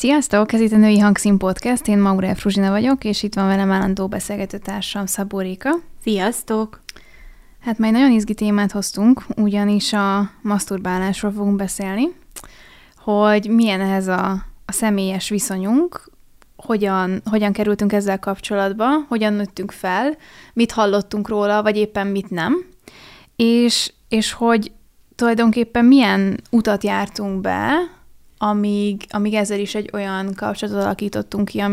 Sziasztok! Ez itt a Női Hangszín Podcast, én Maurel Fruzsina vagyok, és itt van velem állandó beszélgetőtársam Szabó Réka. Sziasztok! Hát majd nagyon izgi témát hoztunk, ugyanis a maszturbálásról fogunk beszélni, hogy milyen ehhez a személyes viszonyunk, hogyan kerültünk ezzel kapcsolatba, hogyan nőttünk fel, mit hallottunk róla, vagy éppen mit nem, és hogy tulajdonképpen milyen utat jártunk be, amíg ezzel is egy olyan kapcsolatot alakítottunk ki,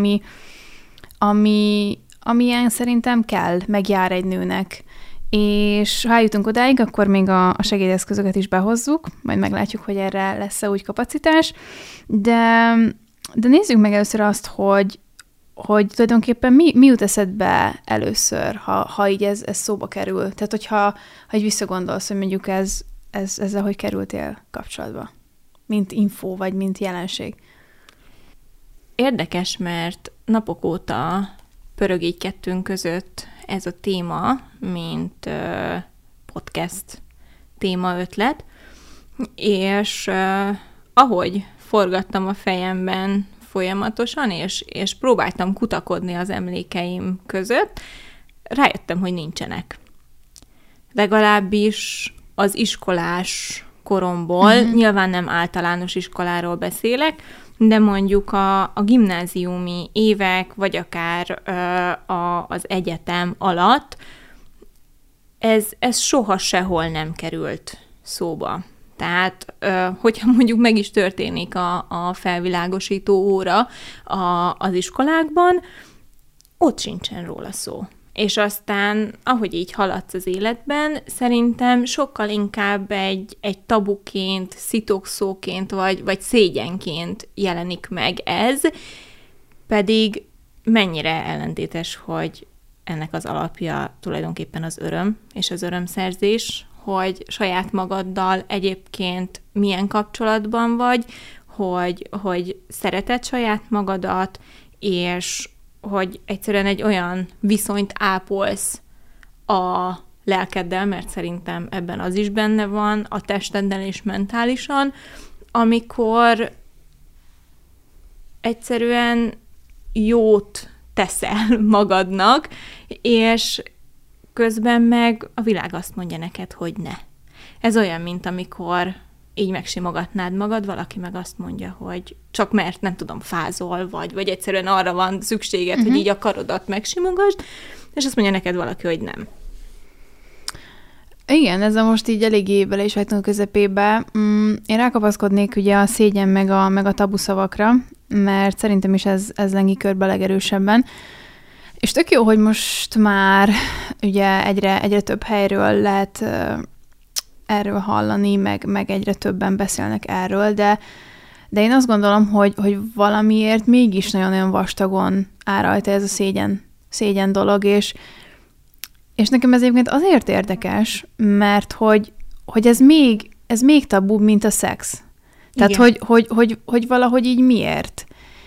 amilyen szerintem kell, megjár egy nőnek. És ha eljutunk odáig, akkor még a segédeszközöket is behozzuk, majd meglátjuk, hogy erre lesz-e úgy kapacitás. De nézzük meg először azt, hogy tulajdonképpen mi jut eszedbe először, ha így ez szóba kerül. Tehát, hogyha így visszagondolsz, hogy mondjuk ezzel hogy kerültél kapcsolatba, mint info, vagy mint jelenség. Érdekes, mert napok óta pörög így kettőnk között ez a téma, mint podcast témaötlet, és ahogy forgattam a fejemben folyamatosan, és próbáltam kutakodni az emlékeim között, rájöttem, hogy nincsenek. Legalábbis az iskolás koromból, nyilván nem általános iskoláról beszélek, de mondjuk a gimnáziumi évek, vagy akár az egyetem alatt ez soha sehol nem került szóba. Tehát, hogyha mondjuk meg is történik a felvilágosító óra az iskolákban, ott sincsen róla szó. És aztán, ahogy így haladsz az életben, szerintem sokkal inkább egy tabuként, szitokszóként, vagy szégyenként jelenik meg ez, pedig mennyire ellentétes, hogy ennek az alapja tulajdonképpen az öröm és az örömszerzés, hogy saját magaddal egyébként milyen kapcsolatban vagy, hogy szereted saját magadat, és hogy egyszerűen egy olyan viszonyt ápolsz a lelkeddel, mert szerintem ebben az is benne van, a testeddel és mentálisan, amikor egyszerűen jót teszel magadnak, és közben meg a világ azt mondja neked, hogy ne. Ez olyan, mint amikor így megsimogatnád magad, valaki meg azt mondja, hogy csak mert, nem tudom, fázol, vagy egyszerűen arra van szükséged, hogy így a karodat megsimogasd, és azt mondja neked valaki, hogy nem. Igen, ez a most így eléggé bele is vágtunk a közepébe. Én rákapaszkodnék ugye a szégyen meg a tabu szavakra, mert szerintem is ez lengi körbe legerősebben. És tök jó, hogy most már ugye egyre több helyről lehet erről hallani, meg egyre többen beszélnek erről, de én azt gondolom, hogy valamiért mégis nagyon-nagyon vastagon áll rajta ez a szégyen dolog, és nekem ez egyébként azért érdekes, mert hogy ez még tabubb, mint a szex. Tehát, hogy valahogy így miért.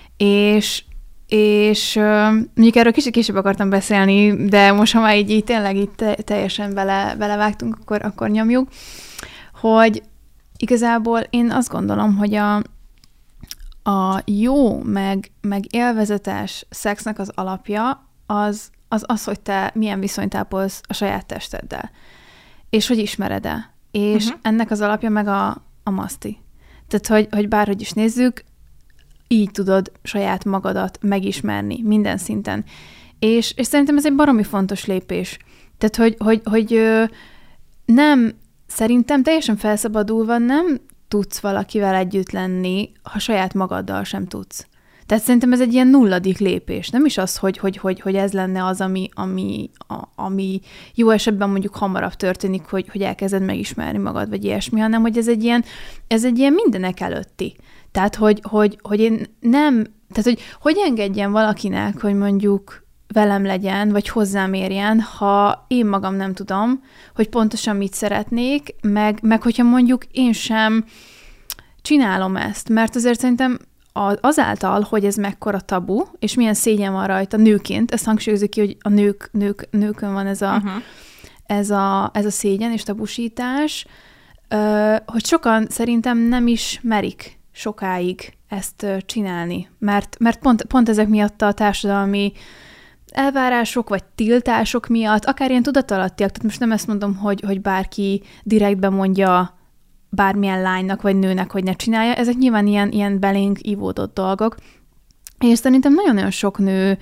És mondjuk erről kicsit később akartam beszélni, de most, ha már így tényleg így teljesen belevágtunk, akkor nyomjuk, hogy igazából én azt gondolom, hogy a jó, meg élvezetes szexnek az alapja az, hogy te milyen viszonyt ápolsz a saját testeddel. És hogy ismered-e. És ennek az alapja meg a maszti. Tehát, hogy bárhogy is nézzük, így tudod saját magadat megismerni minden szinten. És szerintem ez egy baromi fontos lépés. Tehát, hogy nem, szerintem teljesen felszabadulva nem tudsz valakivel együtt lenni, ha saját magaddal sem tudsz. Tehát szerintem ez egy ilyen nulladik lépés. Nem is az, hogy ez lenne az, ami jó esetben mondjuk hamarabb történik, hogy elkezded megismerni magad, vagy ilyesmi, hanem hogy ez egy ilyen mindenek előtti. Tehát, hogy én nem, tehát, hogy engedjen valakinek, hogy mondjuk velem legyen, vagy hozzám érjen, ha én magam nem tudom, hogy pontosan mit szeretnék, meg hogyha mondjuk én sem csinálom ezt, mert azért szerintem azáltal, hogy ez mekkora tabu, és milyen szégyen van rajta nőként, ezt hangsúlyozok ki, hogy a nőkön van ez a szégyen és tabusítás, hogy sokan szerintem nem is merik sokáig ezt csinálni. Mert pont ezek miatt a társadalmi elvárások, vagy tiltások miatt, akár ilyen tudatalattiak, tehát most nem ezt mondom, hogy bárki direktben mondja bármilyen lánynak, vagy nőnek, hogy ne csinálja, ezek nyilván ilyen belénk ívódott dolgok, és szerintem nagyon-nagyon sok nő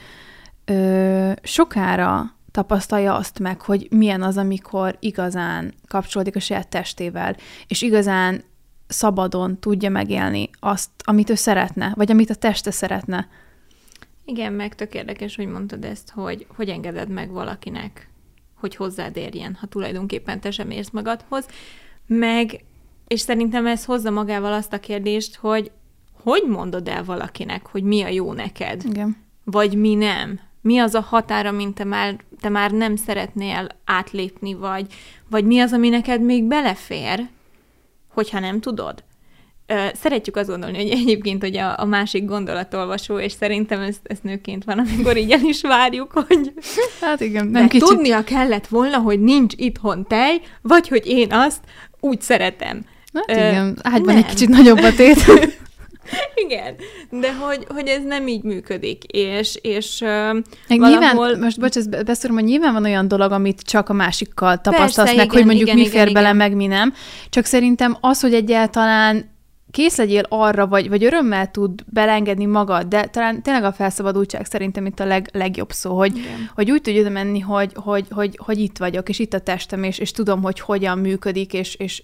sokára tapasztalja azt meg, hogy milyen az, amikor igazán kapcsolódik a saját testével, és igazán szabadon tudja megélni azt, amit ő szeretne, vagy amit a teste szeretne. Igen, meg tök érdekes, hogy mondtad ezt, hogy engeded meg valakinek, hogy hozzád érjen, ha tulajdonképpen te sem érsz magadhoz. És szerintem ez hozza magával azt a kérdést, hogy mondod el valakinek, hogy mi a jó neked? Igen. Vagy mi nem? Mi az a határ, amit te már nem szeretnél átlépni, vagy mi az, ami neked még belefér, hogyha nem tudod? Szeretjük azt gondolni, hogy egyébként hogy a másik gondolatolvasó, és szerintem ez nőként van, amikor így el is várjuk, hogy hát igen, nem kicsit. Tudnia kellett volna, hogy nincs itthon tej, vagy hogy én azt úgy szeretem. Hát igen, ágyban egy kicsit nagyobb a tét. Igen, de hogy ez nem így működik, és valahol... Nyilván, most ezt beszélem, hogy nyilván van olyan dolog, amit csak a másikkal tapasztalsz meg, igen, hogy mondjuk igen, mi fér igen, bele, igen. meg mi nem. Csak szerintem az, hogy egyáltalán kész legyél arra, vagy örömmel tud belengedni magad, de talán tényleg a felszabadultság szerintem itt a legjobb szó, hogy úgy tudj oda menni, hogy itt vagyok, és itt a testem, és tudom, hogy hogyan működik,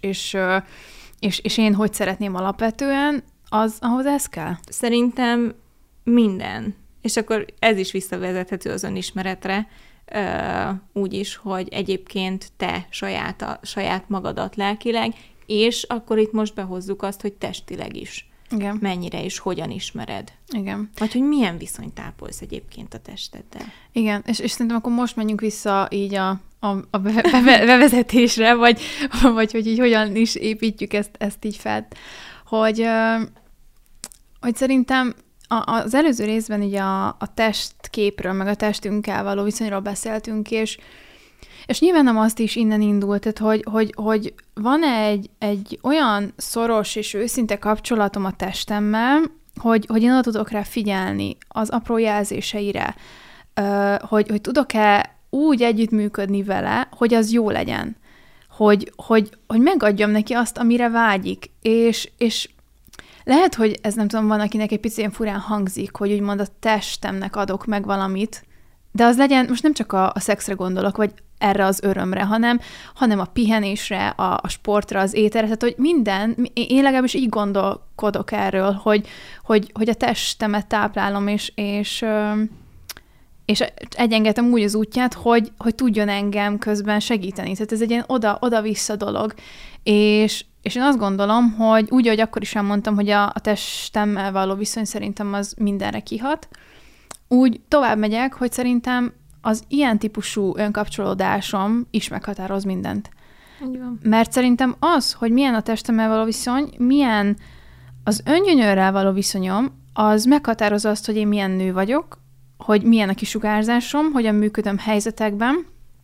és én hogy szeretném alapvetően, ahhoz ez kell? Szerintem minden. És akkor ez is visszavezethető az önismeretre, úgy is, hogy egyébként te saját magadat lelkileg, és akkor itt most behozzuk azt, hogy testileg is. Igen. Mennyire és hogyan ismered. Igen. Vagy hogy milyen viszonyt ápolsz egyébként a testeddel. Igen, és szerintem akkor most menjünk vissza így a bevezetésre, vagy hogy így hogyan is építjük ezt így fel. Hogy szerintem az előző részben így a testképről, meg a testünkkel való viszonyról beszéltünk, és nyilván nem azt is innen indult, tehát hogy van egy olyan szoros és őszinte kapcsolatom a testemmel, hogy én oda tudok rá figyelni az apró jelzéseire, hogy tudok-e úgy együttműködni vele, hogy az jó legyen, hogy megadjam neki azt, amire vágyik, és lehet, hogy ez nem tudom, van, akinek egy picit ilyen furán hangzik, hogy úgymond a testemnek adok meg valamit, de az legyen, most nem csak a szexre gondolok, vagy erre az örömre, hanem a pihenésre, a sportra, az ételre, tehát hogy minden, én legalábbis így gondolkodok erről, hogy a testemet táplálom, és egyengedem úgy az útját, hogy tudjon engem közben segíteni. Tehát ez egy ilyen oda-vissza dolog. És én azt gondolom, hogy úgy, ahogy akkor is elmondtam, hogy a testemmel való viszony szerintem az mindenre kihat, úgy tovább megyek, hogy szerintem az ilyen típusú önkapcsolódásom is meghatároz mindent. Mert szerintem az, hogy milyen a testemmel való viszony, milyen az öngyönyörrel való viszonyom, az meghatározza azt, hogy én milyen nő vagyok, hogy milyen a kisugárzásom, hogyan működöm helyzetekben,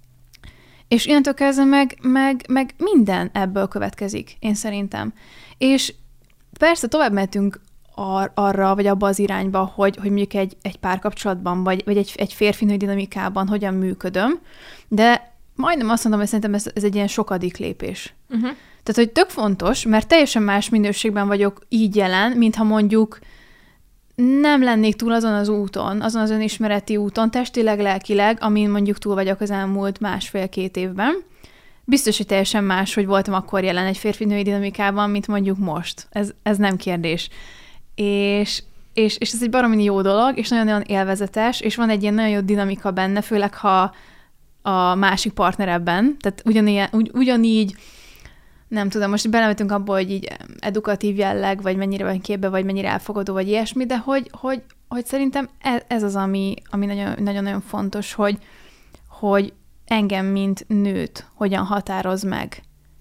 és innentől kezdve meg minden ebből következik, én szerintem. És persze tovább mehetünk arra, vagy abba az irányba, hogy mondjuk egy párkapcsolatban, vagy egy férfi-nő dinamikában hogyan működöm, de majdnem azt mondom, hogy szerintem ez egy ilyen sokadik lépés. Uh-huh. Tehát, hogy tök fontos, mert teljesen más minőségben vagyok így jelen, mintha mondjuk nem lennék túl azon az úton, azon az önismereti úton, testileg, lelkileg, amin mondjuk túl vagyok az elmúlt 1,5-2 évben. Biztos, hogy teljesen más, hogy voltam akkor jelen egy férfi-női dinamikában, mint mondjuk most. Ez nem kérdés. És ez egy baromi jó dolog, és nagyon-nagyon élvezetes, és van egy ilyen nagyon jó dinamika benne, főleg ha a másik partner ebben, tehát ugyanígy nem tudom, most belemetünk abba, hogy így edukatív jelleg, vagy mennyire van képbe, vagy mennyire elfogadó, vagy ilyesmi, de hogy szerintem ez az, ami nagyon-nagyon fontos, hogy engem, mint nőt hogyan határoz meg,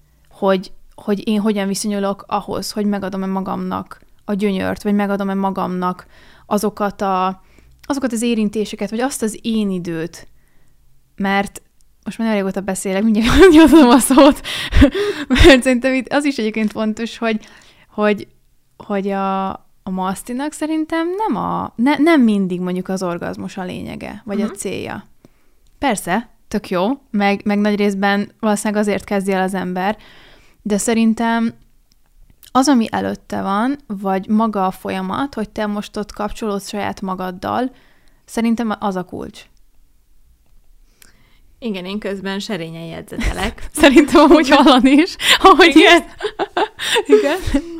hogy én hogyan viszonyulok ahhoz, hogy megadom-e magamnak a gyönyört, vagy megadom-e magamnak azokat az érintéseket, vagy azt az én időt, mert most már régóta beszélek, mindjárt nyomom a szót, mert szerintem itt az is egyébként fontos, hogy a masztinak szerintem nem mindig mondjuk az orgazmus a lényege, vagy a célja. Persze, tök jó, meg nagy részben valószínűleg azért kezdi el az ember, de szerintem az, ami előtte van, vagy maga a folyamat, hogy te most ott kapcsolódsz saját magaddal, szerintem az a kulcs. Igen, én közben serényen jegyzetelek. Szerintem amúgy hallani is. Ahogy igen. Igen.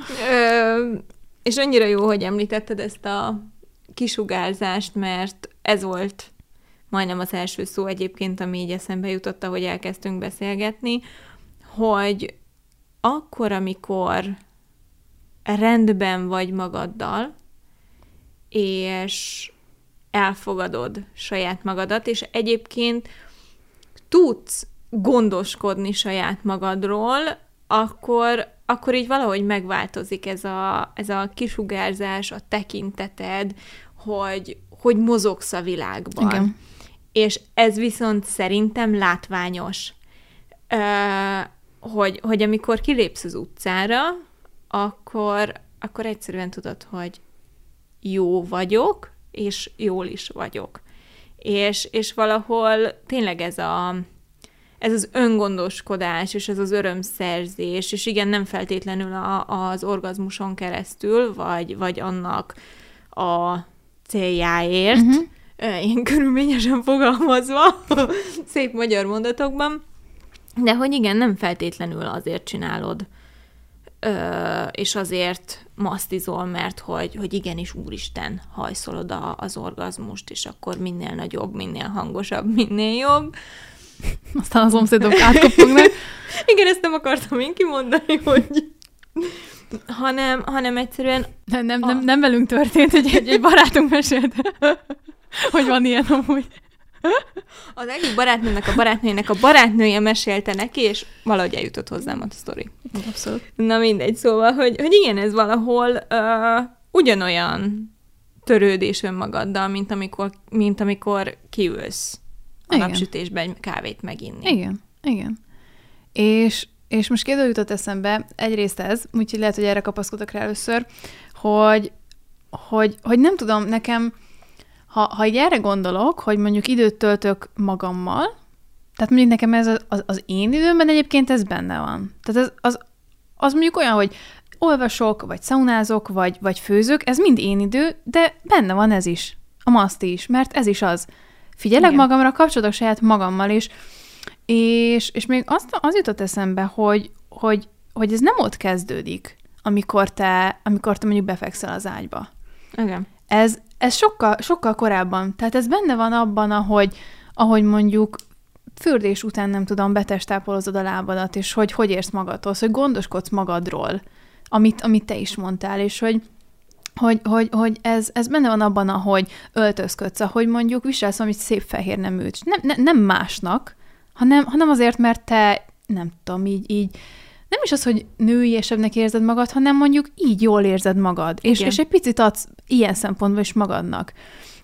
És annyira jó, hogy említetted ezt a kisugárzást, mert ez volt majdnem az első szó egyébként, ami így eszembe jutott, ahogy elkezdtünk beszélgetni, hogy akkor, amikor rendben vagy magaddal, és elfogadod saját magadat, és egyébként tudsz gondoskodni saját magadról, akkor így valahogy megváltozik ez a kisugárzás, a tekinteted, hogy mozogsz a világban. Igen. És ez viszont szerintem látványos, hogy amikor kilépsz az utcára, akkor egyszerűen tudod, hogy jó vagyok, és jól is vagyok. És valahol tényleg ez az öngondoskodás, és ez az örömszerzés, és igen, nem feltétlenül az orgazmuson keresztül, vagy annak a céljáért, ilyen körülményesen fogalmazva, szép magyar mondatokban, de hogy igen, nem feltétlenül azért csinálod, és azért masztizol, mert hogy igenis úristen, hajszolod az orgazmust, és akkor minél nagyobb, minél hangosabb, minél jobb. Aztán az szomszédok átkopognak. Igen, ezt nem akartam én kimondani, hogy... hanem egyszerűen... Nem velünk történt, hogy egy barátunk mesélte, hogy van ilyen amúgy. Az egyik barátnőjének a barátnője mesélte neki, és valahogy eljutott hozzám a sztori. Abszolút. Na mindegy, szóval, hogy igen, ez valahol ugyanolyan törődés önmagaddal, mint amikor kiülsz a napsütésbe egy kávét meginni. Igen. És most két dolog jutott eszembe, egyrészt ez, úgyhogy lehet, hogy erre kapaszkodok rá először, hogy nem tudom, nekem, ha így erre gondolok, hogy mondjuk időt töltök magammal, tehát mondjuk nekem ez az én időmben egyébként ez benne van. Tehát az mondjuk olyan, hogy olvasok, vagy szaunázok, vagy főzök, ez mind én idő, de benne van ez is, a maszti is, mert ez is az. Figyelek magamra, kapcsolódok saját magammal is, és még az jutott eszembe, hogy ez nem ott kezdődik, amikor te mondjuk befekszel az ágyba. Igen. Ez sokkal korábban. Tehát ez benne van abban, ahogy mondjuk fürdés után, nem tudom, betestápolozod a lábadat, és hogy érsz magadhoz, hogy gondoskodsz magadról, amit te is mondtál, és hogy ez benne van abban, ahogy öltözködsz, ahogy mondjuk viselsz valami szép fehér neműt. Nem másnak, hanem azért, mert te, nem tudom, így nem is az, hogy nőiesebbnek érzed magad, hanem mondjuk így jól érzed magad. És egy picit adsz ilyen szempontból is magadnak.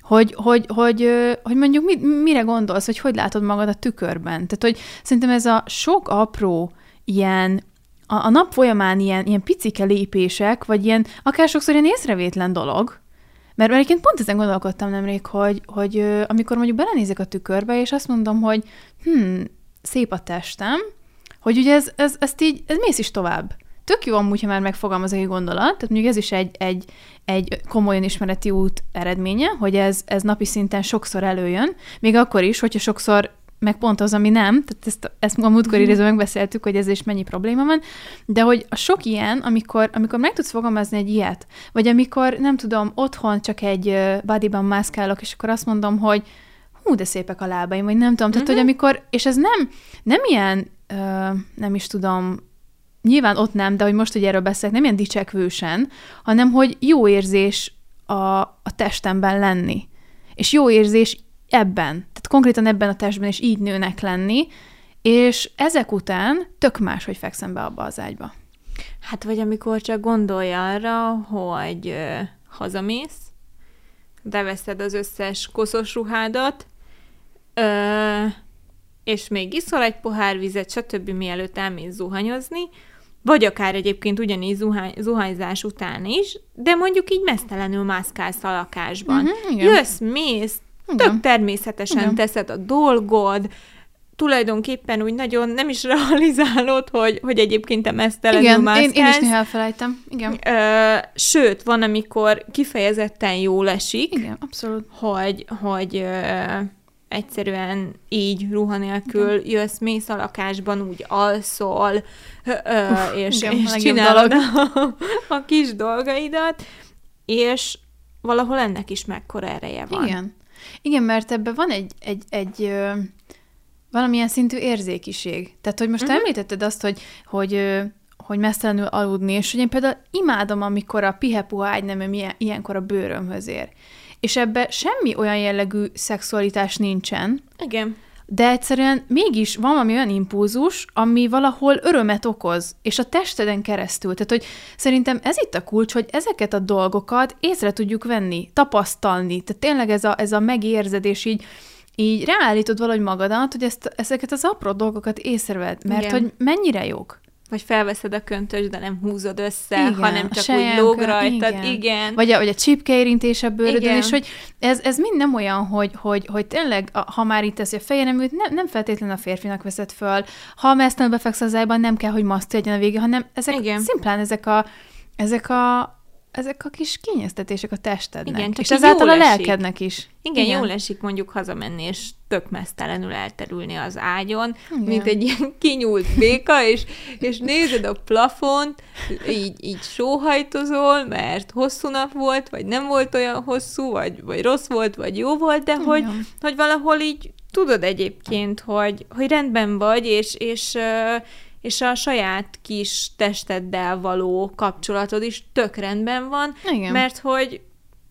Hogy mondjuk mire gondolsz, hogy látod magad a tükörben. Tehát, hogy szerintem ez a sok apró ilyen, a nap folyamán ilyen picike lépések, vagy ilyen, akár sokszor ilyen észrevétlen dolog, mert egyébként pont ezen gondolkodtam nemrég, hogy amikor mondjuk belenézek a tükörbe, és azt mondom, hogy szép a testem, hogy ugye ez mész is tovább. Tök jó amúgy, ha már megfogalmazok egy gondolat, tehát mondjuk ez is egy komoly önismereti út eredménye, hogy ez napi szinten sokszor előjön, még akkor is, hogyha sokszor meg pont az, ami nem, tehát ezt a múltkori részben megbeszéltük, hogy ez is mennyi probléma van, de hogy a sok ilyen, amikor meg tudsz fogalmazni egy ilyet, vagy amikor, nem tudom, otthon csak egy bodyban mászkálok, és akkor azt mondom, hogy hú, de szépek a lábaim, vagy nem tudom, tehát hogy amikor, és ez nem ilyen, nem is tudom, nyilván ott nem, de hogy most, hogy erről beszélek, nem ilyen dicsekvősen, hanem hogy jó érzés a testemben lenni. És jó érzés ebben, tehát konkrétan ebben a testben is így nőnek lenni, és ezek után tök más, hogy fekszem be abba az ágyba. Hát vagy amikor csak gondolj arra, hogy hazamész, beveszed az összes koszos ruhádat, és még iszol egy pohár vizet, stb. Mielőtt elmész zuhanyozni, vagy akár egyébként ugyanígy zuhanyzás után is, de mondjuk így meztelenül mászkálsz a lakásban. Jössz, mész, tök természetesen teszed a dolgod, tulajdonképpen úgy nagyon nem is realizálod, hogy egyébként te mesztelenül mászkálsz. Én is néha elfelejtem. Igen. Sőt, van, amikor kifejezetten jól esik, igen, abszolút. hogy egyszerűen így ruha nélkül jössz, mész a lakásban, úgy alszol, és csinálod a kis dolgaidat, és valahol ennek is mekkora ereje van. Igen, mert ebben van egy valamilyen szintű érzékiség. Tehát, hogy most említetted azt, hogy mesztelenül aludni, és hogy én például imádom, amikor a pihepuha ágynemem ilyenkor a bőrömhöz ér. És ebben semmi olyan jellegű szexualitás nincsen. Igen. De egyszerűen mégis van valami olyan impulzus, ami valahol örömet okoz, és a testeden keresztül. Tehát, hogy szerintem ez itt a kulcs, hogy ezeket a dolgokat észre tudjuk venni, tapasztalni. Tehát tényleg ez a megérzed, és így ráállítod valahogy magadat, hogy ezeket az apró dolgokat észreved, mert igen. hogy mennyire jók. Vagy felveszed a köntöst, de nem húzod össze, igen, hanem csak úgy lóg rajtad. Igen. Vagy a csípkeérintés a bőrödön, és hogy ez mind nem olyan, hogy tényleg, ha már itt ez a feje nem ült, nem feltétlenül a férfinak veszed föl. Ha mesztelenül befeksz az ágyban, nem kell, hogy maszt legyen a vége, hanem szimplán ezek a kis kényeztetések a testednek. Igen, és ezáltal a lelkednek is. Igen, jól esik mondjuk hazamenni, és tök mesztelenül elterülni az ágyon, igen. mint egy ilyen kinyúlt béka, és nézed a plafont, így sóhajtozol, mert hosszú nap volt, vagy nem volt olyan hosszú, vagy rossz volt, vagy jó volt, de hogy valahol így tudod egyébként, hogy rendben vagy, és a saját kis testeddel való kapcsolatod is tök rendben van, igen. mert hogy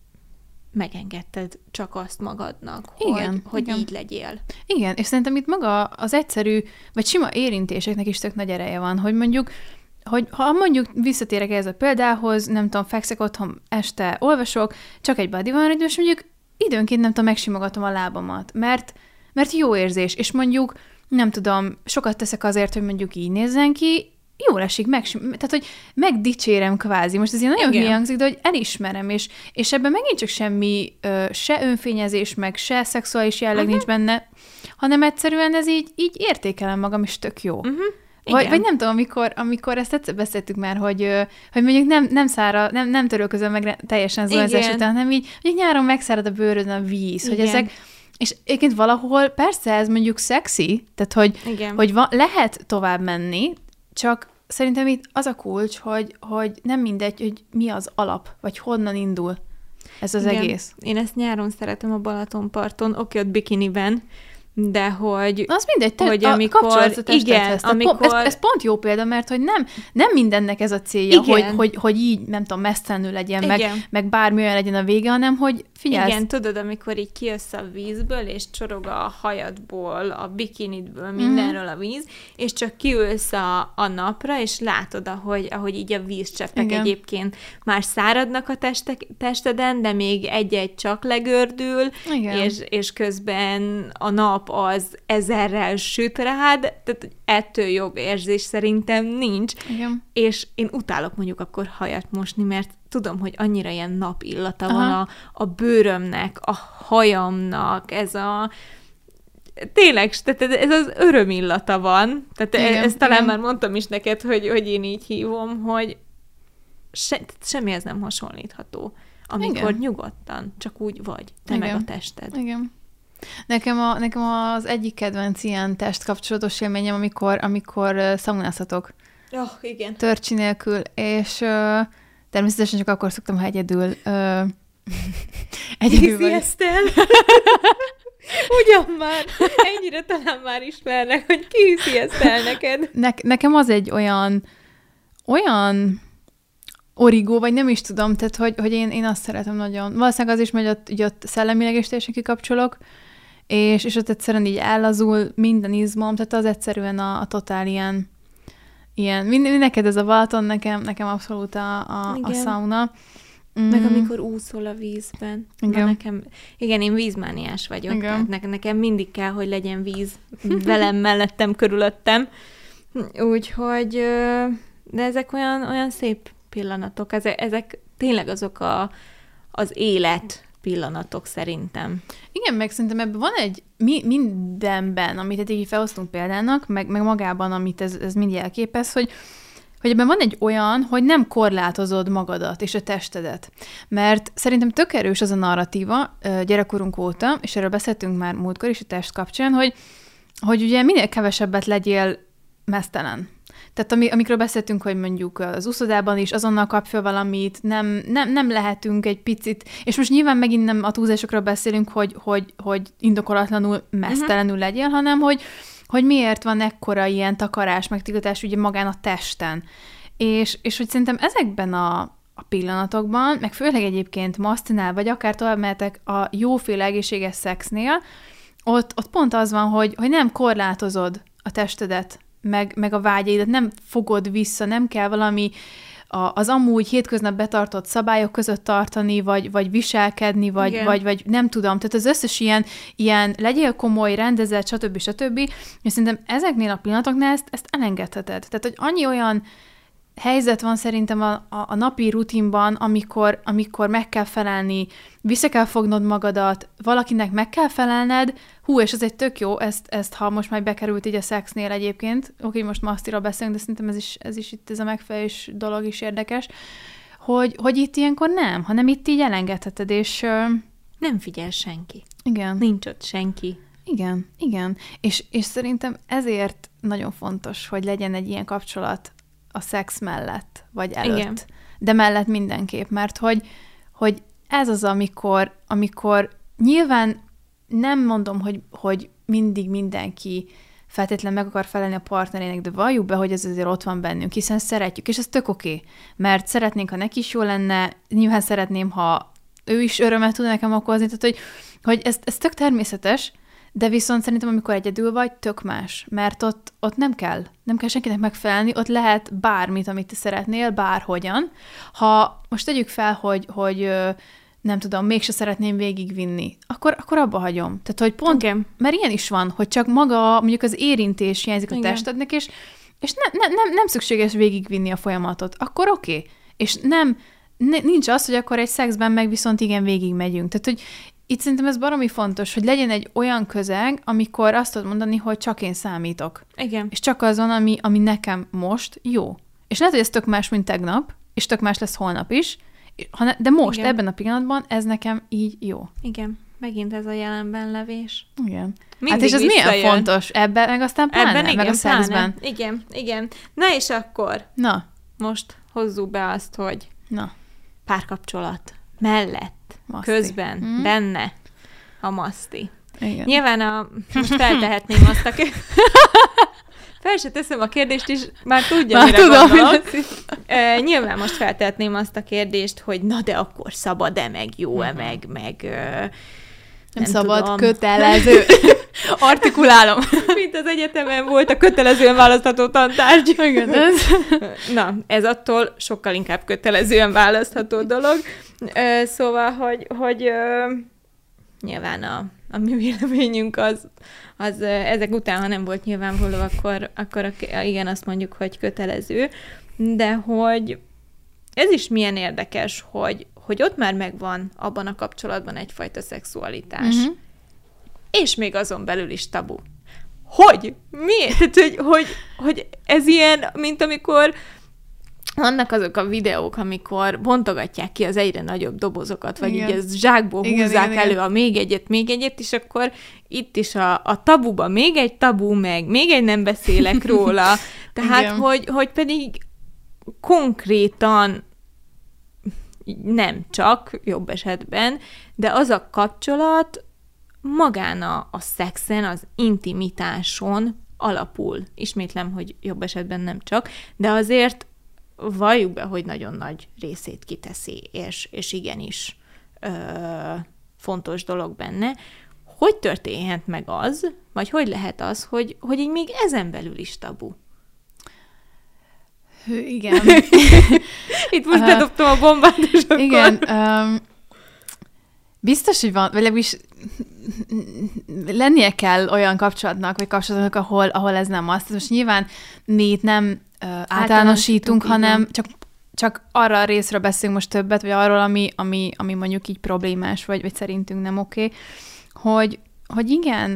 megengedted csak azt magadnak, hogy igen. így legyél. Igen, és szerintem itt maga az egyszerű, vagy sima érintéseknek is tök nagy ereje van, hogy mondjuk, ha mondjuk visszatérek ez a példához, nem tudom, fekszek otthon, este olvasok, csak egy body van, és mondjuk időnként nem tudom, megsimogatom a lábamat, mert jó érzés, és mondjuk nem tudom, sokat teszek azért, hogy mondjuk így nézzen ki, jól esik, tehát, hogy megdicsérem kvázi. Most ez ilyen nagyon hülye hangzik, de hogy elismerem, és ebben megint csak semmi se önfényezés, meg se szexuális jelleg nincs benne, hanem egyszerűen ez így értékelem magam, és tök jó. Vagy nem tudom, amikor ezt egyszer beszéltük már, hogy mondjuk nem törölközöm meg teljesen zuhanyzás után, hanem így mondjuk nyáron megszárad a bőrödön a víz, igen. hogy ezek. És egyébként valahol persze ez mondjuk szexi, tehát hogy lehet tovább menni, csak szerintem itt az a kulcs, hogy nem mindegy, hogy mi az alap, vagy honnan indul ez az egész. Én ezt nyáron szeretem a Balatonparton, oké, ott bikiniben, de hogy... Az mindegy, hogy amikor... Ez pont jó példa, mert hogy nem mindennek ez a célja, hogy így, nem tudom, mesztelenül legyen, meg bármi olyan legyen a vége, hanem hogy figyelsz. Igen, tudod, amikor így kijössz a vízből, és csorog a hajadból, a bikinidből, mindenről a víz, és csak kiülsz a napra, és látod, ahogy így a vízcseppek egyébként már száradnak a testeden, de még egy-egy csak legördül, és közben a nap az ezerrel süt rád, tehát ettől jobb érzés szerintem nincs. Igen. És én utálok mondjuk akkor hajat mosni, mert tudom, hogy annyira ilyen napillata van a bőrömnek, a hajamnak, ez a... Tényleg, tehát ez az örömillata van. Tehát ezt talán már mondtam is neked, hogy én így hívom, hogy semmihez nem hasonlítható. Amikor nyugodtan, csak úgy vagy, te meg a tested. Igen. Nekem az egyik kedvenc ilyen testkapcsolatos élményem, amikor szaunázhatok. Igen. Törcsi nélkül, és természetesen csak akkor szoktam, ha egyedül Hiszi ezt el? Ugyan már, ennyire talán már ismernek, hogy ki hiszi ezt el neked. Nekem az egy olyan origó, vagy nem is tudom, tehát hogy én azt szeretem nagyon. Valószínűleg az is, hogy ott szellemileg is teljesen kikapcsolok, és ott egyszerűen így ellazul minden izmom, tehát az egyszerűen a totál ilyen neked ez a Balaton, nekem abszolút a szauna. Meg amikor úszol a vízben. Igen, én vízmániás vagyok. Tehát nekem mindig kell, hogy legyen víz velem, mellettem, körülöttem. Úgyhogy de ezek olyan szép pillanatok, ezek tényleg azok az élet pillanatok szerintem. Igen, meg szerintem ebben van egy mindenben, amit eddig felhoztunk példának, meg magában, amit ez mind jelképez, hogy ebben van egy olyan, hogy nem korlátozod magadat és a testedet. Mert szerintem tök erős az a narratíva gyerekkorunk óta, és erről beszéltünk már múltkor is a test kapcsán, hogy ugye minél kevesebbet legyél meztelen. Tehát amikről beszéltünk, hogy mondjuk az úszodában is azonnal kap fel valamit, nem lehetünk egy picit, és most nyilván megint nem a túlzásokról beszélünk, hogy indokolatlanul meztelenül legyél, hanem hogy miért van ekkora ilyen takarás, meg tiltás ugye magán a testen. És hogy szerintem ezekben a pillanatokban, meg főleg egyébként masztinál, vagy akár tovább mehetek a jóféle egészséges szexnél, ott pont az van, hogy nem korlátozod a testedet, meg a vágyaidat, nem fogod vissza, nem kell valami az amúgy hétköznap betartott szabályok között tartani, vagy viselkedni, vagy nem tudom. Tehát az összes ilyen legyél komoly, rendezett, stb. És szerintem ezeknél a pillanatoknál ezt elengedheted. Tehát, hogy annyi olyan helyzet van szerintem a napi rutinban, amikor meg kell felelni, vissza kell fognod magadat, valakinek meg kell felelned, és ez egy tök jó, ezt ha most már bekerült így a szexnél egyébként, oké, most masztiról beszélünk, de szerintem ez is itt ez a megfelelés dolog is érdekes, hogy itt ilyenkor nem, hanem itt így elengedheted, és... Nem figyel senki. Igen. Nincs ott senki. Igen. És szerintem ezért nagyon fontos, hogy legyen egy ilyen kapcsolat a szex mellett, vagy előtt. Igen. De mellett mindenképp, mert hogy ez az, amikor nyilván nem mondom, hogy mindig mindenki feltétlenül meg akar felelni a partnerének, de valljuk be, hogy ez azért ott van bennünk, hiszen szeretjük, és ez tök oké, mert szeretnénk, ha neki is jó lenne, nyilván szeretném, ha ő is örömet tud nekem okozni, tehát hogy ez tök természetes, de viszont szerintem, amikor egyedül vagy, tök más, mert ott nem kell senkinek megfelelni, ott lehet bármit, amit te szeretnél, bárhogyan. Ha most tegyük fel, hogy nem tudom, mégse szeretném végigvinni, akkor abba hagyom. Tehát, hogy pont, mert ilyen is van, hogy csak maga, mondjuk az érintés hiányzik a testednek, és nem szükséges végigvinni a folyamatot. Akkor oké. És nincs az, hogy akkor egy szexben meg viszont igen végigmegyünk. Tehát, hogy itt szerintem ez baromi fontos, hogy legyen egy olyan közeg, amikor azt tudod mondani, hogy csak én számítok. Igen. És csak azon, ami nekem most jó. És lehet, hogy ez tök más, mint tegnap, és tök más lesz holnap is, de most, ebben a pillanatban ez nekem így jó. Igen. Megint ez a jelenben levés. Igen. Hát és ez milyen fontos? Ebben, meg aztán pláne, igen, meg a szexben. Igen. Na és akkor? Na. Most hozzuk be azt, hogy na. Párkapcsolat mellett, maszti. Közben, benne a maszti. Igen. Nyilván most feltehetném azt a fel se teszem a kérdést, és már tudja, mire gondolok. Nyilván most feltehetném azt a kérdést, hogy na de akkor szabad-e, meg jó-e, meg nem szabad, tudom. Kötelező. Artikulálom. Mint az egyetemen volt a kötelezően választható tantárgy. Igen, Na, ez attól sokkal inkább kötelezően választható dolog. Szóval, hogy nyilván a mi véleményünk az ezek után, ha nem volt nyilvánvaló, akkor igen, azt mondjuk, hogy kötelező. De hogy ez is milyen érdekes, hogy ott már megvan abban a kapcsolatban egyfajta szexualitás. Uh-huh. És még azon belül is tabu. Hogy? Miért? Tehát, hogy ez ilyen, mint amikor vannak azok a videók, amikor bontogatják ki az egyre nagyobb dobozokat, vagy igen. Így ez zsákból húzzák elő igen. A még egyet, és akkor itt is a tabuba még egy tabu, meg még egy nem beszélek róla. Tehát, hogy pedig konkrétan nem csak, jobb esetben, de az a kapcsolat magán a szexen, az intimitáson alapul. Ismétlem, hogy jobb esetben nem csak, de azért valljuk be, hogy nagyon nagy részét kiteszi, és igenis fontos dolog benne. Hogy történhet meg az, vagy hogy lehet az, hogy így még ezen belül is tabu? Igen. Itt most bedobtam a bombát, és akkor... Igen. Biztos, hogy van, vagy legalábbis lennie kell olyan kapcsolatnak, vagy kapcsolatnak, ahol ez nem az. Most nyilván mi itt nem általánosítunk, hanem csak arra a részre beszélünk most többet, vagy arról, ami mondjuk így problémás, vagy szerintünk nem oké, hogy igen,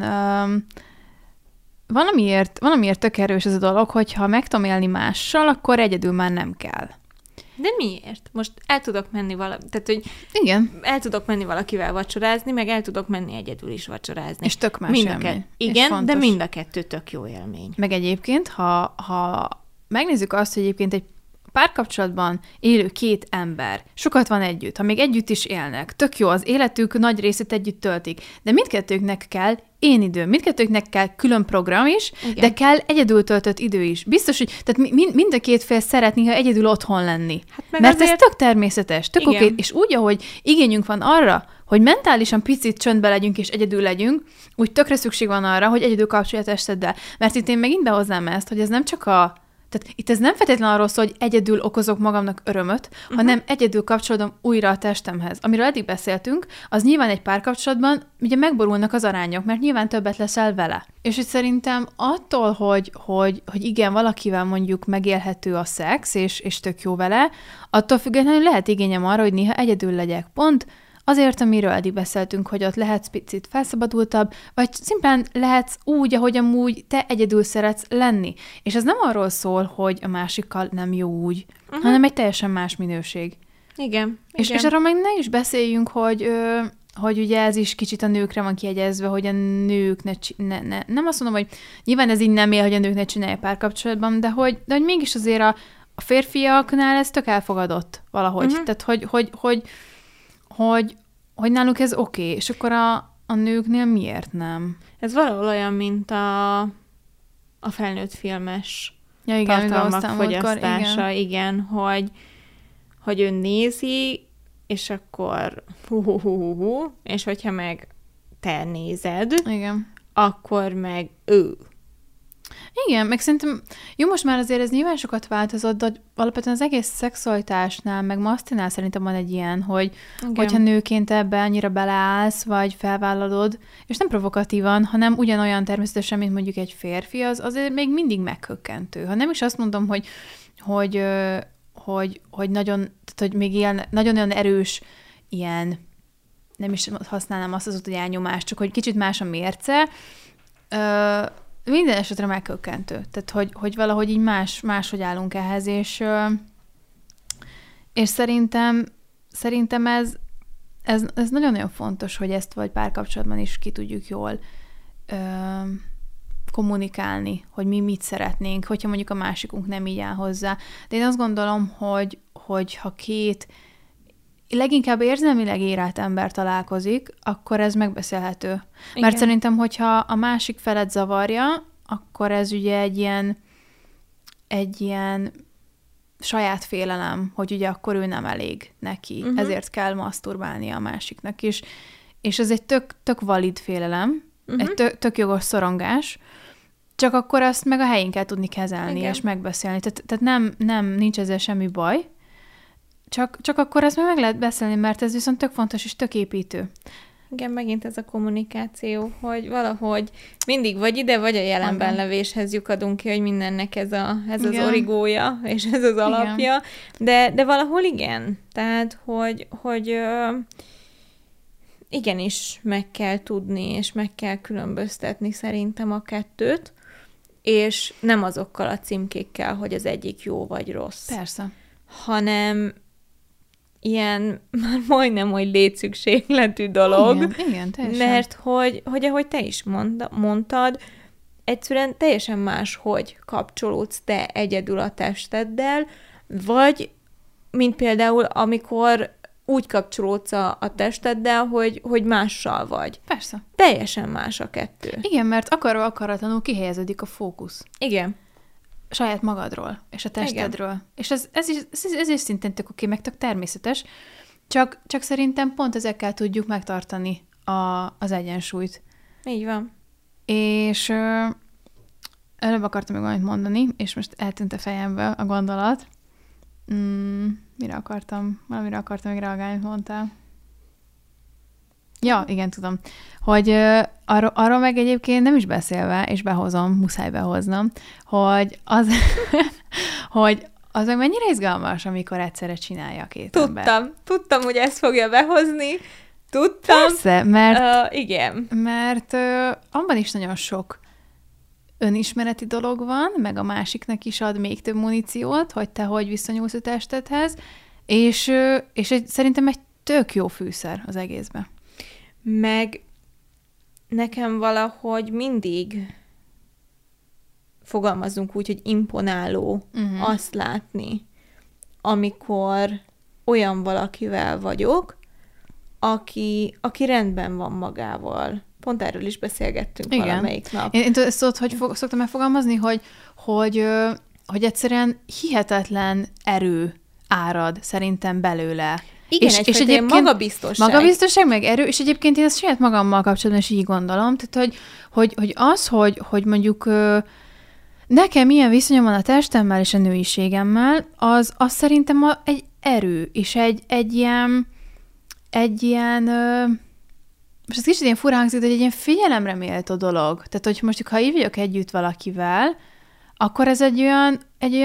valamiért tök erős ez a dolog, hogyha meg tudom élni mással, akkor egyedül már nem kell. De miért? Most el tudok menni tehát, hogy igen. El tudok menni valakivel vacsorázni, meg el tudok menni egyedül is vacsorázni. És tök más élmény. Igen, de mind a kettő tök jó élmény. Meg egyébként, ha megnézzük azt, hogy egyébként egy párkapcsolatban élő két ember, sokat van együtt, ha még együtt is élnek, tök jó, az életük nagy részét együtt töltik, de mindkettőknek kell én idő, mindkettőknek kell külön program is, igen. De kell egyedül töltött idő is. Biztos, hogy tehát mind a két fél szeretné, ha egyedül otthon lenni. Hát mert azért... ez tök természetes, tök oké, és úgy, ahogy igényünk van arra, hogy mentálisan picit csöndbe legyünk és egyedül legyünk, úgy tökre szükség van arra, hogy egyedül kapcsolj a testeddel. Mert itt én megint behoznám ezt, hogy ez nem csak tehát itt ez nem feltétlenül arról szól, hogy egyedül okozok magamnak örömöt, hanem egyedül kapcsolódom újra a testemhez. Amiről eddig beszéltünk, az nyilván egy párkapcsolatban ugye megborulnak az arányok, mert nyilván többet leszel vele. És hogy szerintem attól, hogy igen, valakivel mondjuk megélhető a szex, és tök jó vele, attól függetlenül lehet igényem arra, hogy néha egyedül legyek. Pont azért, amiről eddig beszéltünk, hogy ott lehetsz picit felszabadultabb, vagy szimplán lehetsz úgy, ahogy amúgy te egyedül szeretsz lenni. És ez nem arról szól, hogy a másikkal nem jó úgy, hanem egy teljesen más minőség. Igen. És arról meg ne is beszéljünk, hogy ugye ez is kicsit a nőkre van kiegyezve, hogy a nők nem azt mondom, hogy nyilván ez így nem él, hogy a nők ne csinálják párkapcsolatban, de hogy mégis azért a férfiaknál ez tök elfogadott valahogy. Tehát, hogy náluk ez oké, és akkor a nőknél miért nem? Ez valahol olyan, mint a felnőtt filmes tartalmak fogyasztása, igen, hogy ő nézi, és akkor és hogyha meg te nézed, igen. akkor meg ő. Igen, meg szerintem, jó, most már azért ez nyilván sokat változott, de alapvetően az egész szexualitásnál, meg masztinál szerintem van egy ilyen, hogyha nőként ebbe annyira beleállsz, vagy felvállalod, és nem provokatívan, hanem ugyanolyan természetesen, mint mondjuk egy férfi, az azért még mindig meghökkentő. Ha nem is azt mondom, hogy nagyon, tehát, hogy még ilyen, nagyon olyan erős ilyen, nem is használnám azt hogy elnyomás, csak hogy kicsit más a mérce, minden esetre meghökkentő. Tehát, hogy valahogy így máshogy állunk ehhez, és szerintem ez nagyon-nagyon fontos, hogy ezt vagy párkapcsolatban is ki tudjuk jól kommunikálni, hogy mi mit szeretnénk, hogyha mondjuk a másikunk nem így áll hozzá. De én azt gondolom, hogy ha két leginkább érzelmileg érett ember találkozik, akkor ez megbeszélhető. Igen. Mert szerintem, hogyha a másik felet zavarja, akkor ez ugye egy ilyen saját félelem, hogy ugye akkor ő nem elég neki, ezért kell maszturbálnia a másiknak is. És ez egy tök valid félelem, egy tök jogos szorongás, csak akkor azt meg a helyén kell tudni kezelni, és megbeszélni. Tehát nincs ezzel semmi baj, csak akkor ezt meg lehet beszélni, mert ez viszont tök fontos és tök építő. Igen, megint ez a kommunikáció, hogy valahogy mindig vagy ide, vagy a jelenben levéshez lyukadunk ki, hogy mindennek ez az origója, és ez az alapja. De valahol igen. Tehát, hogy igenis meg kell tudni, és meg kell különböztetni szerintem a kettőt, és nem azokkal a címkékkel, hogy az egyik jó vagy rossz. Persze. Hanem ilyen már majdnem, hogy létszükségletű dolog. Igen, teljesen. Mert hogy ahogy te is mondtad, egyszerűen teljesen máshogy kapcsolódsz te egyedül a testeddel, vagy mint például, amikor úgy kapcsolódsz a testeddel, hogy mással vagy. Persze. Teljesen más a kettő. Igen, mert akaratlanul kihelyeződik a fókusz. Igen. Saját magadról, és a testedről. Igen. És ez is szintén tök oké, meg tök természetes, csak szerintem pont ezekkel tudjuk megtartani az egyensúlyt. Így van. És előbb akartam még valamit mondani, és most eltűnt a fejemből a gondolat. Valamire akartam még reagálni, amit mondtál. Ja, igen, tudom. Hogy arról meg egyébként nem is beszélve, és behozom, muszáj behoznom, hogy hogy az meg mennyire izgalmas, amikor egyszerre csinálja a két ember. Tudtam, hogy ezt fogja behozni. Tudtam. Persze, mert, igen. Mert abban is nagyon sok önismereti dolog van, meg a másiknak is ad még több muníciót, hogy te hogy viszonyulsz a testedhez, és szerintem egy tök jó fűszer az egészben. Meg nekem valahogy mindig fogalmazunk úgy, hogy imponáló azt látni, amikor olyan valakivel vagyok, aki egyben van magával. Pont erről is beszélgettünk valamelyik nap. Én tudod, hogy szoktam megfogalmazni, hogy egyszerűen hihetetlen erő árad szerintem belőle. Igen, és egyébként magabiztosság, meg erő, és egyébként én ezt saját magammal kapcsolatban is így gondolom, tehát hogy mondjuk nekem milyen viszonyom van a testemmel és a nőiségemmel, az szerintem egy erő, és egy ilyen most ez kicsit ilyen fura hangzik, de egy ilyen figyelemre méltó dolog. Tehát, hogy most, ha így vagyok együtt valakivel, akkor ez egy olyan,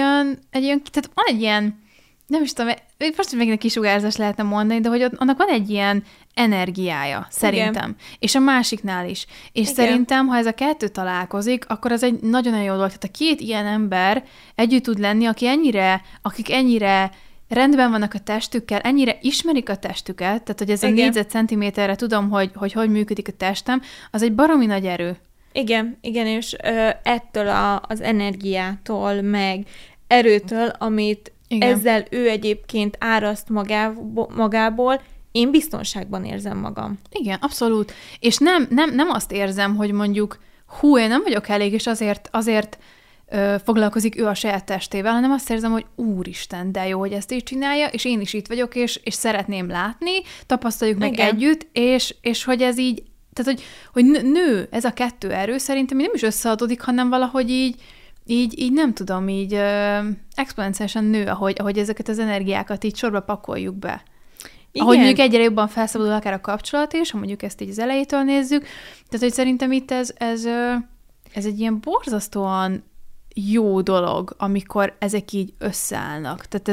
tehát van egy ilyen, nem is tudom, most még egy kisugárzás lehetne mondani, de hogy annak van egy ilyen energiája, szerintem. Igen. És a másiknál is. És szerintem, ha ez a kettő találkozik, akkor az egy nagyon-nagyon jó dolog. Tehát a két ilyen ember együtt tud lenni, akik ennyire rendben vannak a testükkel, ennyire ismerik a testüket, tehát hogy ez a négyzetcentiméterre tudom, hogy működik a testem, az egy baromi nagy erő. Igen, és ettől az energiától, meg erőtől, amit ezzel ő egyébként áraszt magából, én biztonságban érzem magam. Igen, abszolút. És nem azt érzem, hogy mondjuk, én nem vagyok elég, és azért foglalkozik ő a saját testével, hanem azt érzem, hogy úristen, de jó, hogy ezt így csinálja, és én is itt vagyok, és szeretném látni, tapasztaljuk meg együtt, és hogy ez így, tehát hogy nő ez a kettő erő, szerintem nem is összeadódik, hanem valahogy így nem tudom, így exponenciálisan nő, ahogy ezeket az energiákat így sorba pakoljuk be. Igen. Ahogy mondjuk egyre jobban felszabadul akár a kapcsolat is, ha mondjuk ezt így az elejétől nézzük, tehát hogy szerintem itt ez egy ilyen borzasztóan jó dolog, amikor ezek így összeállnak. Tehát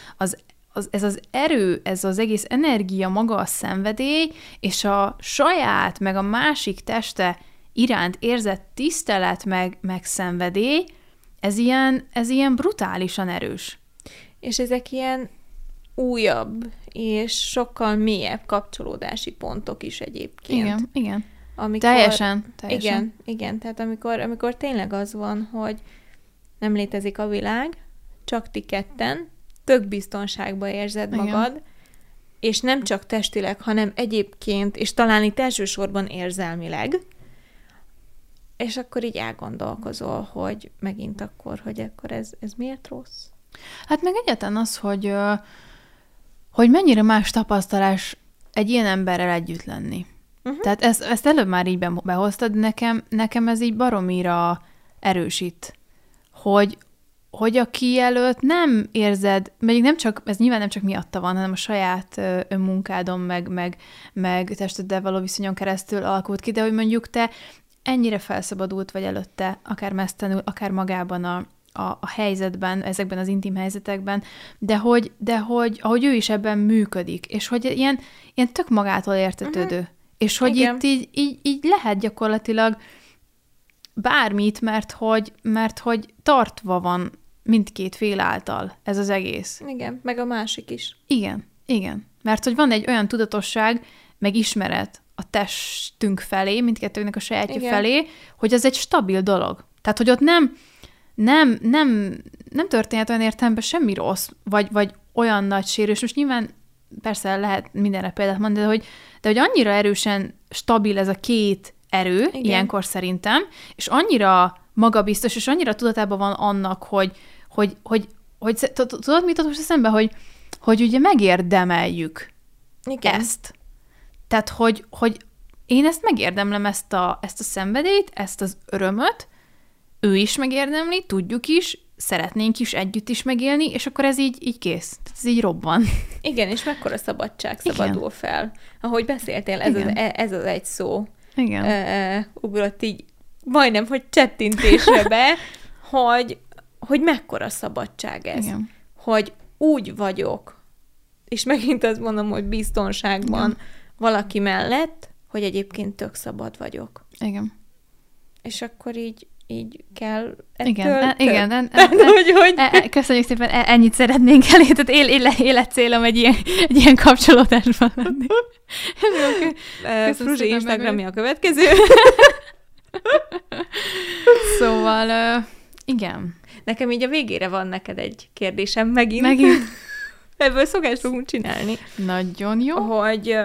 ez az erő, ez az egész energia, maga a szenvedély, és a saját, meg a másik teste iránt érzett tisztelet, meg szenvedély, ez ilyen brutálisan erős. És ezek ilyen újabb és sokkal mélyebb kapcsolódási pontok is egyébként. Igen. Teljesen. Igen. Tehát amikor tényleg az van, hogy nem létezik a világ, csak ti ketten, tök biztonságban érzed magad, és nem csak testileg, hanem egyébként, és talán itt elsősorban érzelmileg, és akkor így elgondolkozol, hogy megint akkor, hogy akkor ez miért rossz? Hát meg egyáltalán az, hogy mennyire más tapasztalás egy ilyen emberrel együtt lenni. Tehát ezt előbb már így behoztad, nekem ez így baromira erősít, hogy aki előtt nem érzed, még nem csak, ez nyilván nem csak miatta van, hanem a saját önmunkádon, meg testeddel való viszonyon keresztül alakult ki, de hogy mondjuk te ennyire felszabadult vagy előtte, akár mesztelenül, akár magában a helyzetben, ezekben az intim helyzetekben, de hogy ahogy ő is ebben működik, és hogy ilyen tök magától értetődő. És hogy itt így lehet gyakorlatilag bármit, mert hogy tartva van mindkét fél által ez az egész. Igen, meg a másik is. Igen. Mert hogy van egy olyan tudatosság, meg ismeret a testünk felé, mindkettőnknek a sajátja felé, hogy az egy stabil dolog. Tehát, hogy ott nem történhet olyan értelemben semmi rossz, vagy olyan nagy sérülés. Most nyilván persze lehet mindenre példát mondani, de hogy annyira erősen stabil ez a két erő, ilyenkor szerintem, és annyira magabiztos, és annyira tudatában van annak, hogy tudod, mit ad most eszembe, hogy ugye megérdemeljük ezt. Tehát, hogy én ezt megérdemlem, ezt a szenvedélyt, ezt az örömöt, ő is megérdemli, tudjuk is, szeretnénk is együtt is megélni, és akkor ez így kész. Ez így robban. Igen, és mekkora szabadság szabadul fel. Ahogy beszéltél, ez az egy szó. Igen. Ugrott így majdnem, hogy csettintésre be, hogy mekkora szabadság ez. Igen. Hogy úgy vagyok, és megint azt mondom, hogy biztonságban valaki mellett, hogy egyébként tök szabad vagyok. Igen. És akkor így kell Igen. Köszönjük szépen, ennyit szeretnénk elé, tehát életcélom egy ilyen kapcsolódásban lenni. Fruzsi Instagramja a következő. Szóval, igen. Nekem így a végére van neked egy kérdésem megint. Ebből szokást fogunk csinálni. Nagyon jó. Hogy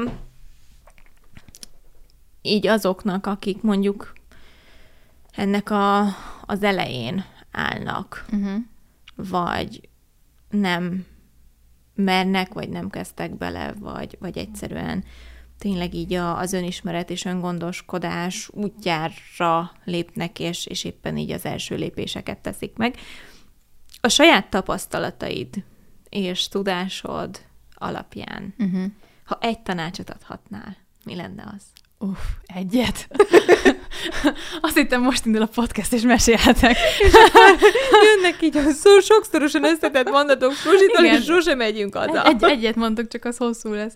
így azoknak, akik mondjuk ennek az elején állnak, vagy nem mernek, vagy nem kezdtek bele, vagy egyszerűen tényleg így az önismeret és öngondoskodás útjára lépnek, és éppen így az első lépéseket teszik meg. A saját tapasztalataid és tudásod alapján, ha egy tanácsot adhatnál, mi lenne az? Egyet. Azt hittem, most indul a podcast, és mesélhetek. Jönnek így a sokszorosan összetett mondatok Fruzsitól, és sosem megyünk haza. Egyet mondtok, csak az hosszú lesz.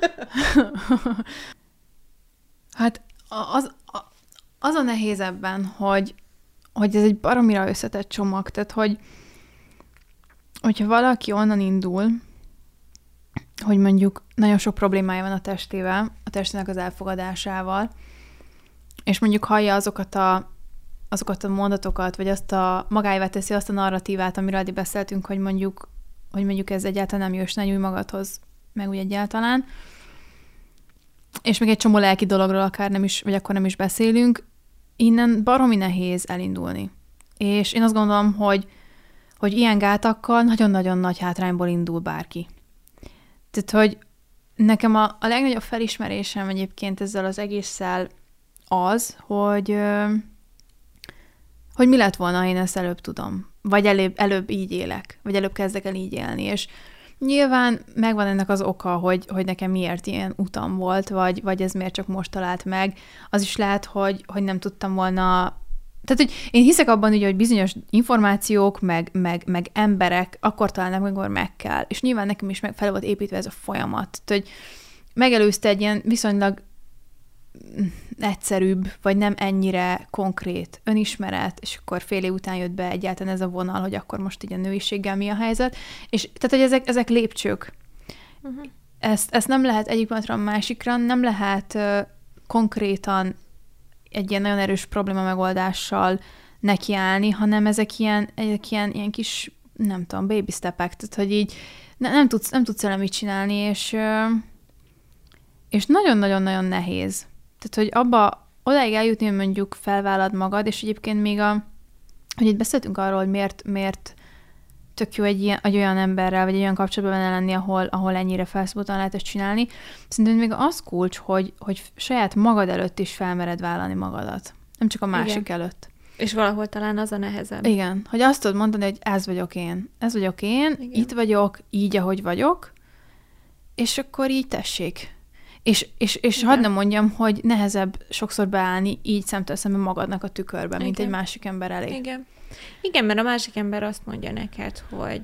Hát az a nehéz ebben, hogy ez egy baromira összetett csomag, tehát hogyha valaki onnan indul, hogy mondjuk nagyon sok problémája van a testével, a testének az elfogadásával, és mondjuk hallja azokat a mondatokat, vagy magáévá teszi azt a narratívát, amiről addig beszéltünk, hogy mondjuk ez egyáltalán nem jó, és ne nyújj magadhoz, meg úgy egyáltalán. És még egy csomó lelki dologról akár nem is, vagy akkor nem is beszélünk, innen baromi nehéz elindulni. És én azt gondolom, hogy ilyen gátakkal nagyon-nagyon nagy hátrányból indul bárki. Tehát, hogy nekem a legnagyobb felismerésem egyébként ezzel az egésszel az, hogy mi lett volna, ha én ezt előbb tudom. Vagy előbb így élek. Vagy előbb kezdek el így élni. És nyilván megvan ennek az oka, hogy nekem miért ilyen utam volt, vagy ez miért csak most talált meg. Az is lehet, hogy nem tudtam volna... Tehát, hogy én hiszek abban, hogy bizonyos információk, meg emberek akkor találnak, amikor meg kell. És nyilván nekem is fel volt építve ez a folyamat. Tehát, hogy megelőzte egy ilyen viszonylag egyszerűbb, vagy nem ennyire konkrét önismeret, és akkor fél év után jött be egyáltalán ez a vonal, hogy akkor most így a nőiséggel mi a helyzet. És tehát, hogy ezek lépcsők. Ezt nem lehet egyik pillanatra a másikra, nem lehet konkrétan egy ilyen nagyon erős probléma megoldással nekiállni, hanem ezek ilyen kis, nem tudom, baby stepek, tehát hogy így nem tudsz vele mit csinálni, és nagyon-nagyon-nagyon nehéz. Tehát, hogy odáig eljutni, hogy mondjuk felvállad magad, és egyébként még hogy itt beszéltünk arról, hogy miért tök jó egy olyan emberrel, vagy egy olyan kapcsolatban lenni, ahol ennyire felszabadultan lehet ezt csinálni. Szerintem még az kulcs, hogy saját magad előtt is felmered vállalni magadat. Nem csak a másik előtt. És valahol talán az a nehezebb. Igen, hogy azt tudod mondani, hogy ez vagyok én. Igen. Itt vagyok, így, ahogy vagyok, és akkor így tessék. És hadd nem mondjam, hogy nehezebb sokszor beállni így szemtől szemben magadnak a tükörben, mint egy másik ember elé. Igen, mert a másik ember azt mondja neked,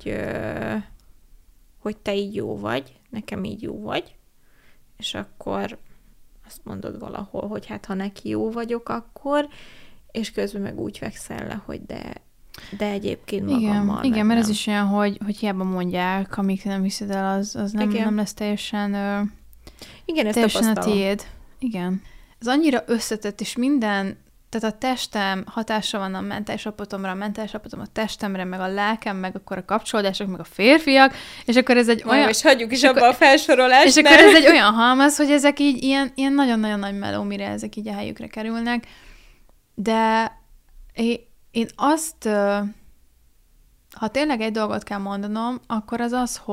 hogy te így jó vagy, nekem így jó vagy, és akkor azt mondod valahol, hogy hát ha neki jó vagyok, akkor, és közben meg úgy fekszel le, hogy de egyébként magammal. Igen, mert ez is olyan, hogy hiába mondják, amíg nem hiszed el, az nem lesz teljesen teljesen a tiéd. Igen. Ez annyira összetett, és minden, tehát a testem hatása van a mentális állapotomra, a mentális állapotom a testemre, meg a lelkem, meg akkor a kapcsolódások, meg a férfiak, és akkor ez egy olyan... És hagyjuk is abba a felsorolást. És akkor ez egy olyan halmaz, hogy ezek így ilyen nagyon-nagyon nagy meló, mire ezek így a helyükre kerülnek. De én azt, ha tényleg egy dolgot kell mondanom, akkor az,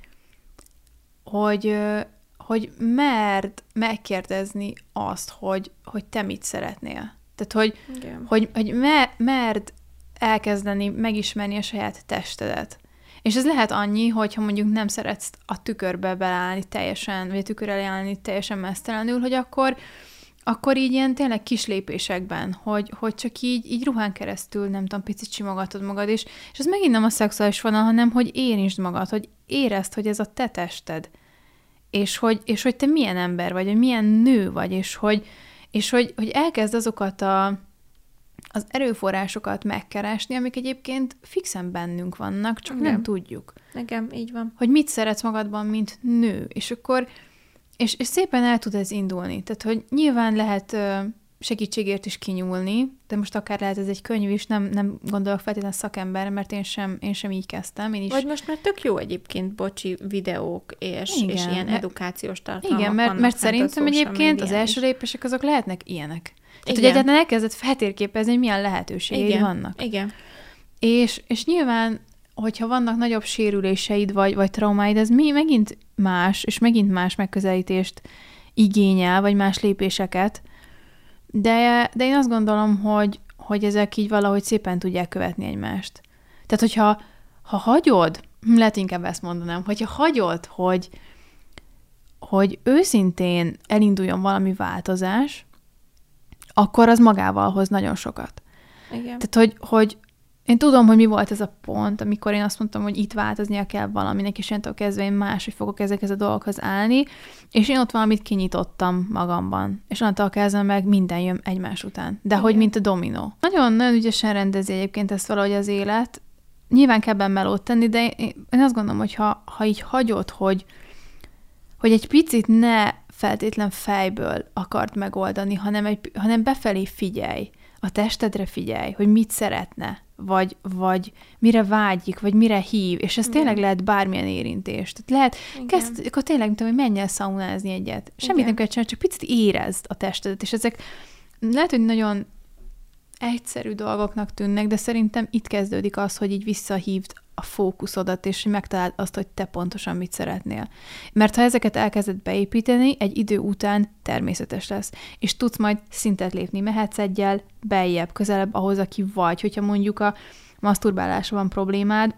hogy merd megkérdezni azt, hogy te mit szeretnél. Tehát, hogy merd elkezdeni megismerni a saját testedet. És ez lehet annyi, hogyha mondjuk nem szeretsz a tükörbe beleállni teljesen, vagy a tükör elé állni teljesen mesztelenül, hogy akkor akkor így ilyen tényleg kis lépésekben, hogy csak így ruhán keresztül, nem tudom, picit simogatod magad, és ez megint nem a szexuális vonal, hanem hogy érintsd magad, hogy érezd, hogy ez a te tested, és hogy te milyen ember vagy, hogy milyen nő vagy, és hogy elkezd azokat az erőforrásokat megkeresni, amik egyébként fixen bennünk vannak, csak Igen. nem tudjuk. Igen, így van. Hogy mit szeretsz magadban, mint nő, és akkor és szépen el tud ez indulni. Tehát, hogy nyilván lehet segítségért is kinyúlni, de most akár lehet ez egy könyv is, nem gondolok feltétlenül szakemberre, mert én sem így kezdtem. Én is... Vagy most már tök jó egyébként, bocsi, videók és ilyen edukációs tartalmak. Igen, mert szerintem egyébként az első lépések azok lehetnek ilyenek. Tehát, hogy egyáltalán elkezdett feltérképezni, hogy milyen lehetőségeid vannak. Igen. És nyilván, hogyha vannak nagyobb sérüléseid, vagy traumáid, ez megint más, és megint más megközelítést igényel, vagy más lépéseket, de én azt gondolom, hogy ezek így valahogy szépen tudják követni egymást. Tehát, hogyha hagyod, lehet inkább ezt mondanám, hogyha hagyod, hogy őszintén elinduljon valami változás, akkor az magával hoz nagyon sokat. Igen. Tehát, hogy én tudom, hogy mi volt ez a pont, amikor én azt mondtam, hogy itt változnia kell valaminek, és onnantól kezdve én máshogy fogok ezekhez a dolgokhoz állni, és én ott valamit kinyitottam magamban. És onnantól kezdve meg minden jön egymás után. De hogy mint a dominó. Nagyon-nagyon ügyesen rendezi egyébként ezt valahogy az élet. Nyilván kell benne melót tenni, de én azt gondolom, hogy ha így hagyod, hogy egy picit ne feltétlen fejből akart megoldani, hanem befelé figyelj, a testedre figyelj, hogy mit szeretne, vagy mire vágyik, vagy mire hív, és ez tényleg lehet bármilyen érintés. Tehát lehet, akkor tényleg, mint hogy menj el szaunázni egyet. Semmit nem kell csinálni, csak picit érezd a testedet, és ezek lehet, hogy nagyon egyszerű dolgoknak tűnnek, de szerintem itt kezdődik az, hogy így visszahívd a fókuszodat, és hogy megtaláld azt, hogy te pontosan mit szeretnél. Mert ha ezeket elkezded beépíteni, egy idő után természetes lesz, és tudsz majd szintet lépni, mehetsz egyel beljebb, közelebb ahhoz, aki vagy. Hogyha mondjuk a maszturbálásra van problémád,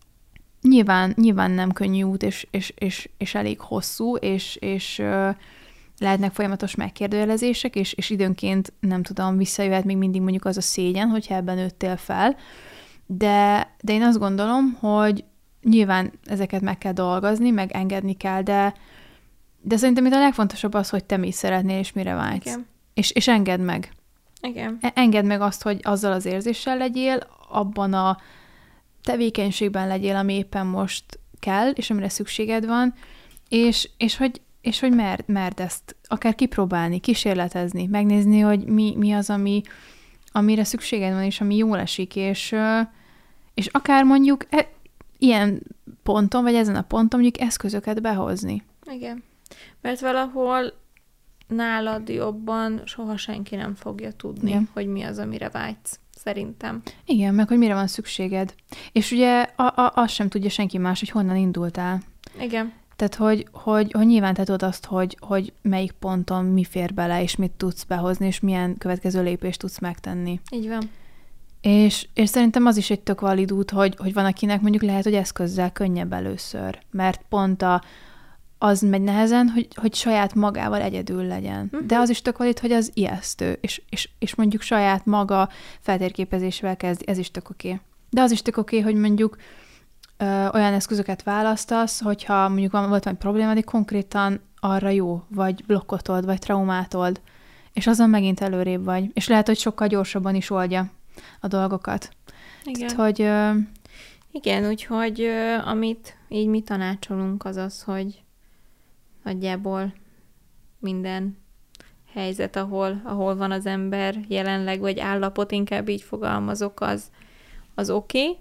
nyilván nem könnyű út, és elég hosszú, és lehetnek folyamatos megkérdőjelezések, és időnként, nem tudom, visszajöhet még mindig mondjuk az a szégyen, hogyha ebben nőttél fel, de én azt gondolom, hogy nyilván ezeket meg kell dolgozni, meg engedni kell, de szerintem itt a legfontosabb az, hogy te mit szeretnél, és mire vágysz. Igen. És engedd meg. Igen. Engedd meg azt, hogy azzal az érzéssel legyél, abban a tevékenységben legyél, ami éppen most kell, és amire szükséged van, és hogy merd ezt akár kipróbálni, kísérletezni, megnézni, hogy mi az, amire szükséged van, és ami jól esik, és akár mondjuk ilyen ponton, vagy ezen a ponton mondjuk eszközöket behozni. Igen. Mert valahol nálad jobban soha senki nem fogja tudni, igen, hogy mi az, amire vágysz, szerintem. Igen, meg hogy mire van szükséged. És ugye azt sem tudja senki más, hogy honnan indultál. Igen. Tehát, hogy nyilván te tudod azt, hogy melyik ponton mi fér bele, és mit tudsz behozni, és milyen következő lépést tudsz megtenni. Így van. És szerintem az is egy tök valid út, hogy van, akinek mondjuk lehet, hogy eszközzel könnyebb először, mert pont az megy nehezen, hogy saját magával egyedül legyen. Uh-huh. De az is tök valid, hogy az ijesztő, és mondjuk saját maga feltérképezésével kezdi, ez is tök oké. De az is tök oké, hogy mondjuk olyan eszközöket választasz, hogyha mondjuk volt valami probléma, de konkrétan arra jó, vagy blokkot old, vagy traumát old, és azon megint előrébb vagy. És lehet, hogy sokkal gyorsabban is oldja a dolgokat. Igen. Tehát, hogy, igen, úgyhogy amit így mi tanácsolunk, az az, hogy nagyjából minden helyzet, ahol van az ember jelenleg, vagy állapot, inkább így fogalmazok, az oké,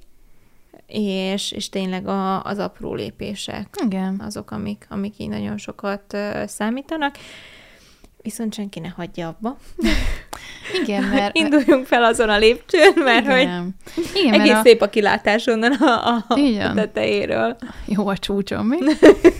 és tényleg az apró lépések, igen, azok, amik így nagyon sokat számítanak. Viszont senki ne hagyja abba. Igen, mert... Induljunk fel azon a lépcsőn, mert igen. hogy igen, egész szép a kilátás onnan a tetejéről. Jó a csúcson még.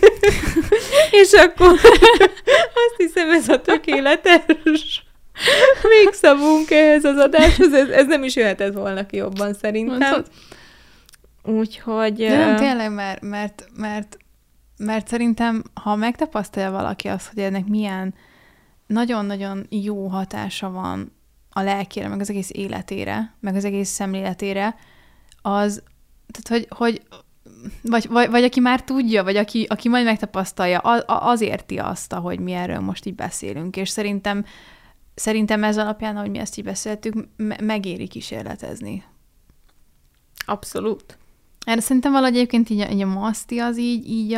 És akkor azt hiszem, ez a tökéletes végszavunk ehhez az adáshoz. Ez nem is jöhetett volna ki jobban, szerintem. Mondtad? Úgyhogy... De nem tényleg, mert szerintem, ha megtapasztalja valaki azt, hogy ennek milyen nagyon-nagyon jó hatása van a lelkére, meg az egész életére, meg az egész szemléletére, az, tehát hogy vagy aki már tudja, vagy aki majd megtapasztalja, az érti azt, hogy mi erről most így beszélünk, és szerintem ez alapján, ahogy mi ezt így beszéltük, megéri kísérletezni. Abszolút. Erre szerintem valahogy egyébként így a maszti az így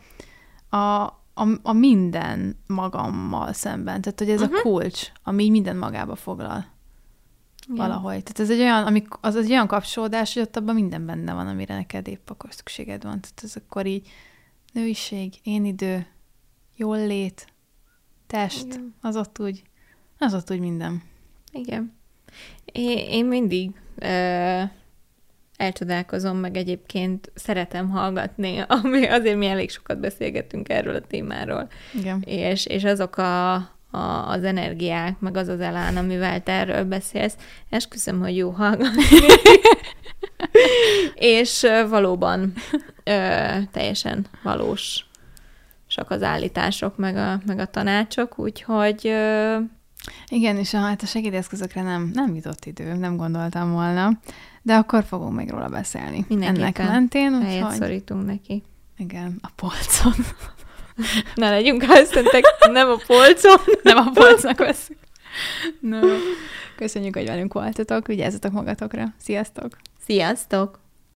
a minden magammal szemben. Tehát, hogy ez a kulcs, ami így minden magába foglal. Igen. Valahogy. Tehát ez egy olyan kapcsolódás, hogy ott abban minden benne van, amire neked épp akkor szükséged van. Tehát ez akkor így nőiség, én idő, jól lét, test, igen. az ott úgy minden. Igen. Én mindig elcsodálkozom, meg egyébként szeretem hallgatni, ami azért mi elég sokat beszélgettünk erről a témáról. Igen. És azok az energiák, meg az elán, amivel te erről beszélsz, esküszöm, hogy jó hallgatni. És valóban teljesen valós csak az állítások, meg a tanácsok, úgyhogy... Igen, és a segédeszközökre nem jutott idő, nem gondoltam volna, de akkor fogunk még róla beszélni. Ennek mentén. Helyet szorítunk neki. Igen, a polcon. Ne legyünk álszentek, nem a polcon. Nem a polcnak veszünk. No. Köszönjük, hogy velünk voltatok, vigyázzatok magatokra. Sziasztok! Sziasztok!